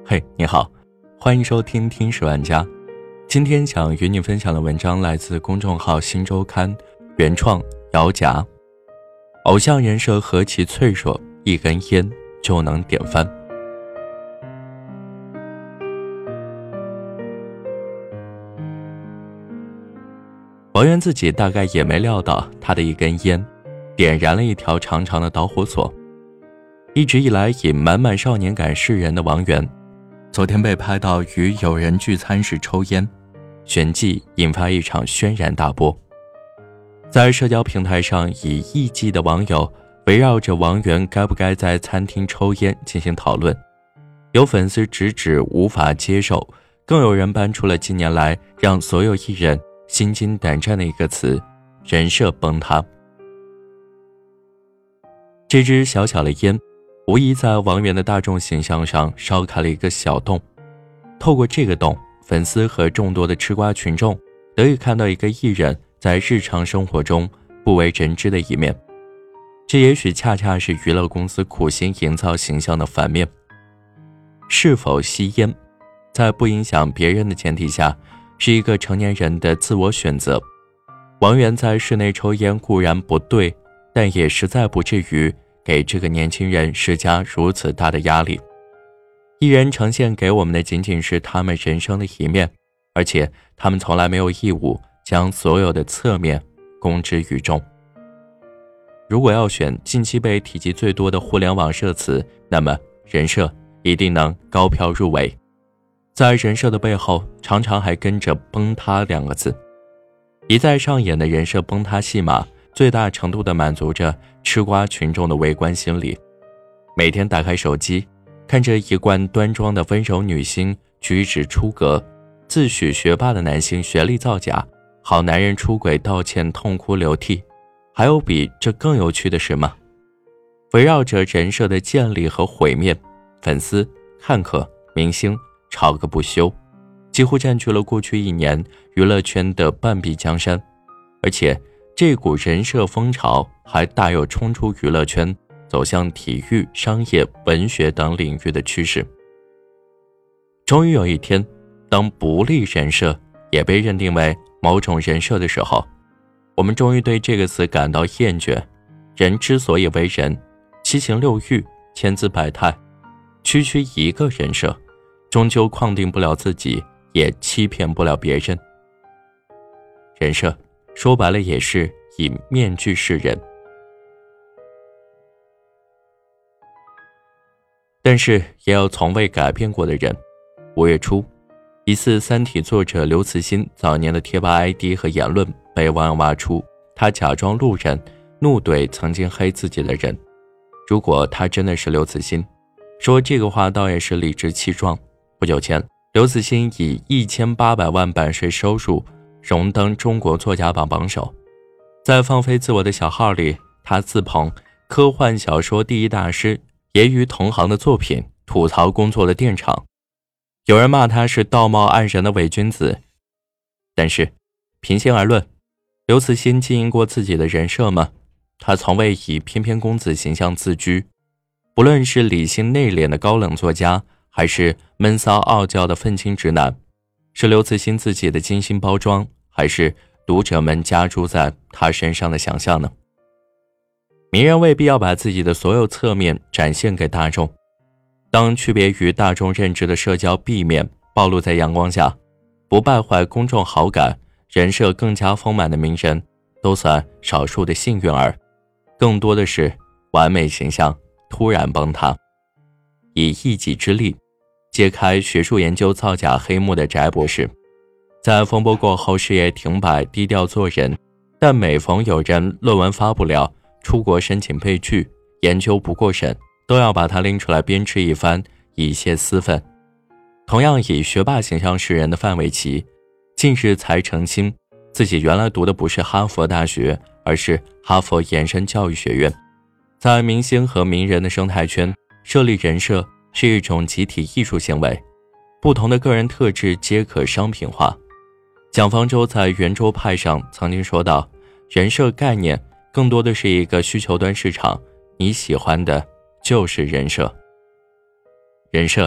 嘿，你好，欢迎收听听史玩家。今天想与你分享的文章来自公众号新周刊，原创姚夹。偶像人设何其脆弱，一根烟就能点翻。王源自己大概也没料到，他的一根烟点燃了一条长长的导火索。一直以来以满满少年感示人的王源，昨天被拍到与友人聚餐时抽烟，旋即引发一场轩然大波。在社交平台上，以亿计的网友围绕着王源该不该在餐厅抽烟进行讨论，有粉丝直指无法接受，更有人搬出了近年来让所有艺人心惊胆战的一个词：人设崩塌。这支小小的烟无疑在王源的大众形象上烧开了一个小洞，透过这个洞，粉丝和众多的吃瓜群众得以看到一个艺人在日常生活中不为人知的一面。这也许恰恰是娱乐公司苦心营造形象的反面。是否吸烟，在不影响别人的前提下，是一个成年人的自我选择。王源在室内抽烟固然不对，但也实在不至于给这个年轻人施加如此大的压力。艺人呈现给我们的仅仅是他们人生的一面，而且他们从来没有义务将所有的侧面公之于众。如果要选近期被提及最多的互联网热词，那么人设一定能高票入围。在人设的背后，常常还跟着崩塌两个字。一再上演的人设崩塌戏码，最大程度地满足着吃瓜群众的围观心理。每天打开手机，看着一贯端庄的温柔女星举止出格，自诩学霸的男星学历造假，好男人出轨道歉痛哭流涕，还有比这更有趣的事吗？围绕着人设的建立和毁灭，粉丝、看客、明星吵个不休，几乎占据了过去一年娱乐圈的半壁江山。而且这股人设风潮还大有冲出娱乐圈，走向体育、商业、文学等领域的趋势。终于有一天，当不利人设也被认定为某种人设的时候，我们终于对这个词感到厌倦。人之所以为人，七情六欲、千姿百态，区区一个人设，终究框定不了自己，也欺骗不了别人。人设说白了也是以面具示人。但是也有从未改变过的人。5月初，疑似三体作者刘慈欣早年的贴吧 ID 和言论被网友挖出，他假装路人，怒怼曾经黑自己的人。如果他真的是刘慈欣，说这个话倒也是理直气壮。不久前，刘慈欣以1800万版税收入荣登中国作家榜榜首。在放飞自我的小号里，他自捧科幻小说第一大师，揶揄同行的作品，吐槽工作的电厂。有人骂他是道貌岸然的伪君子。但是平心而论，刘慈欣经营过自己的人设吗？他从未以翩翩公子形象自居。不论是理性内敛的高冷作家，还是闷骚傲娇的愤青直男，是刘慈欣自己的精心包装，还是读者们加诸在他身上的想象呢？名人未必要把自己的所有侧面展现给大众。当区别于大众认知的社交壁面暴露在阳光下，不败坏公众好感，人设更加丰满的名人都算少数的幸运儿，更多的是完美形象突然崩塌。以一己之力揭开学术研究造假黑幕的翟博士，在风波过后事业停摆，低调做人，但每逢有人论文发不了，出国申请被拒，研究不过审，都要把他拎出来鞭笞一番，以泄私愤。同样以学霸形象示人的范玮琪，近日才澄清自己原来读的不是哈佛大学，而是哈佛延伸教育学院。在明星和名人的生态圈，设立人设是一种集体艺术行为，不同的个人特质皆可商品化。蒋方舟在圆桌派上曾经说到，人设概念更多的是一个需求端市场，你喜欢的就是人设。人设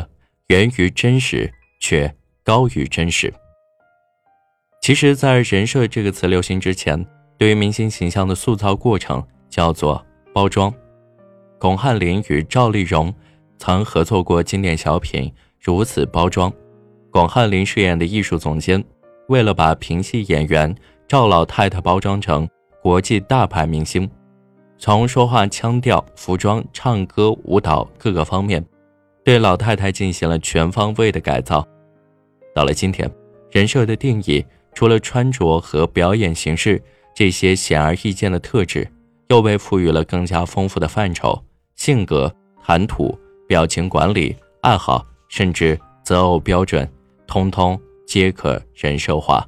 源于真实，却高于真实。其实在人设这个词流行之前，对于明星形象的塑造过程叫做包装。巩汉林与赵丽蓉曾合作过经典小品《如此包装》，巩汉林饰演的艺术总监，为了把评戏演员赵老太太包装成国际大牌明星，从说话腔调、服装、唱歌、舞蹈各个方面，对老太太进行了全方位的改造。到了今天，人设的定义除了穿着和表演形式这些显而易见的特质，又被赋予了更加丰富的范畴，性格、谈吐、表情管理、爱好，甚至择偶标准，通通皆可人设化。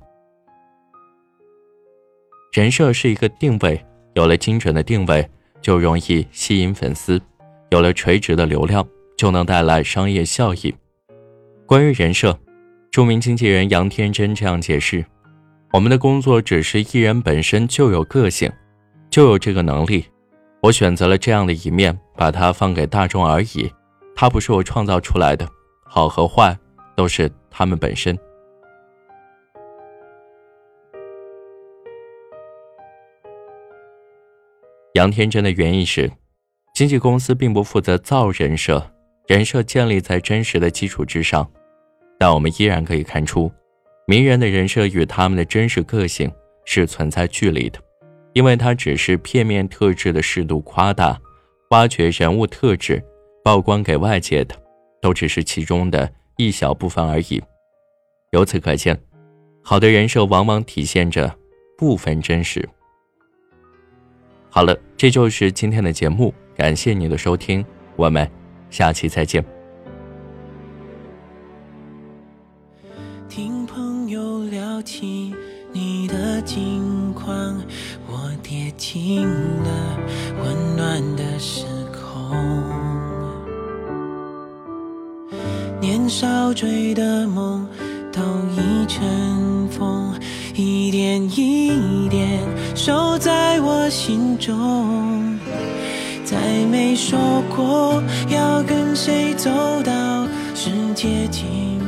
人设是一个定位，有了精准的定位，就容易吸引粉丝，有了垂直的流量，就能带来商业效益。关于人设，著名经纪人杨天真这样解释：我们的工作只是艺人本身就有个性，就有这个能力，我选择了这样的一面，把它放给大众而已，它不是我创造出来的，好和坏都是他们本身。杨天真的原意是，经纪公司并不负责造人设，人设建立在真实的基础之上，但我们依然可以看出，名人的人设与他们的真实个性是存在距离的，因为它只是片面特质的适度夸大，挖掘人物特质，曝光给外界的，都只是其中的一小部分而已。由此可见，好的人设往往体现着部分真实。好了，这就是今天的节目，感谢你的收听，我们下期再见。 听朋友聊起你的近况，我跌进了温暖的时空。年少追的梦都已成风，一点一点收在我心中，再没说过要跟谁走到世界尽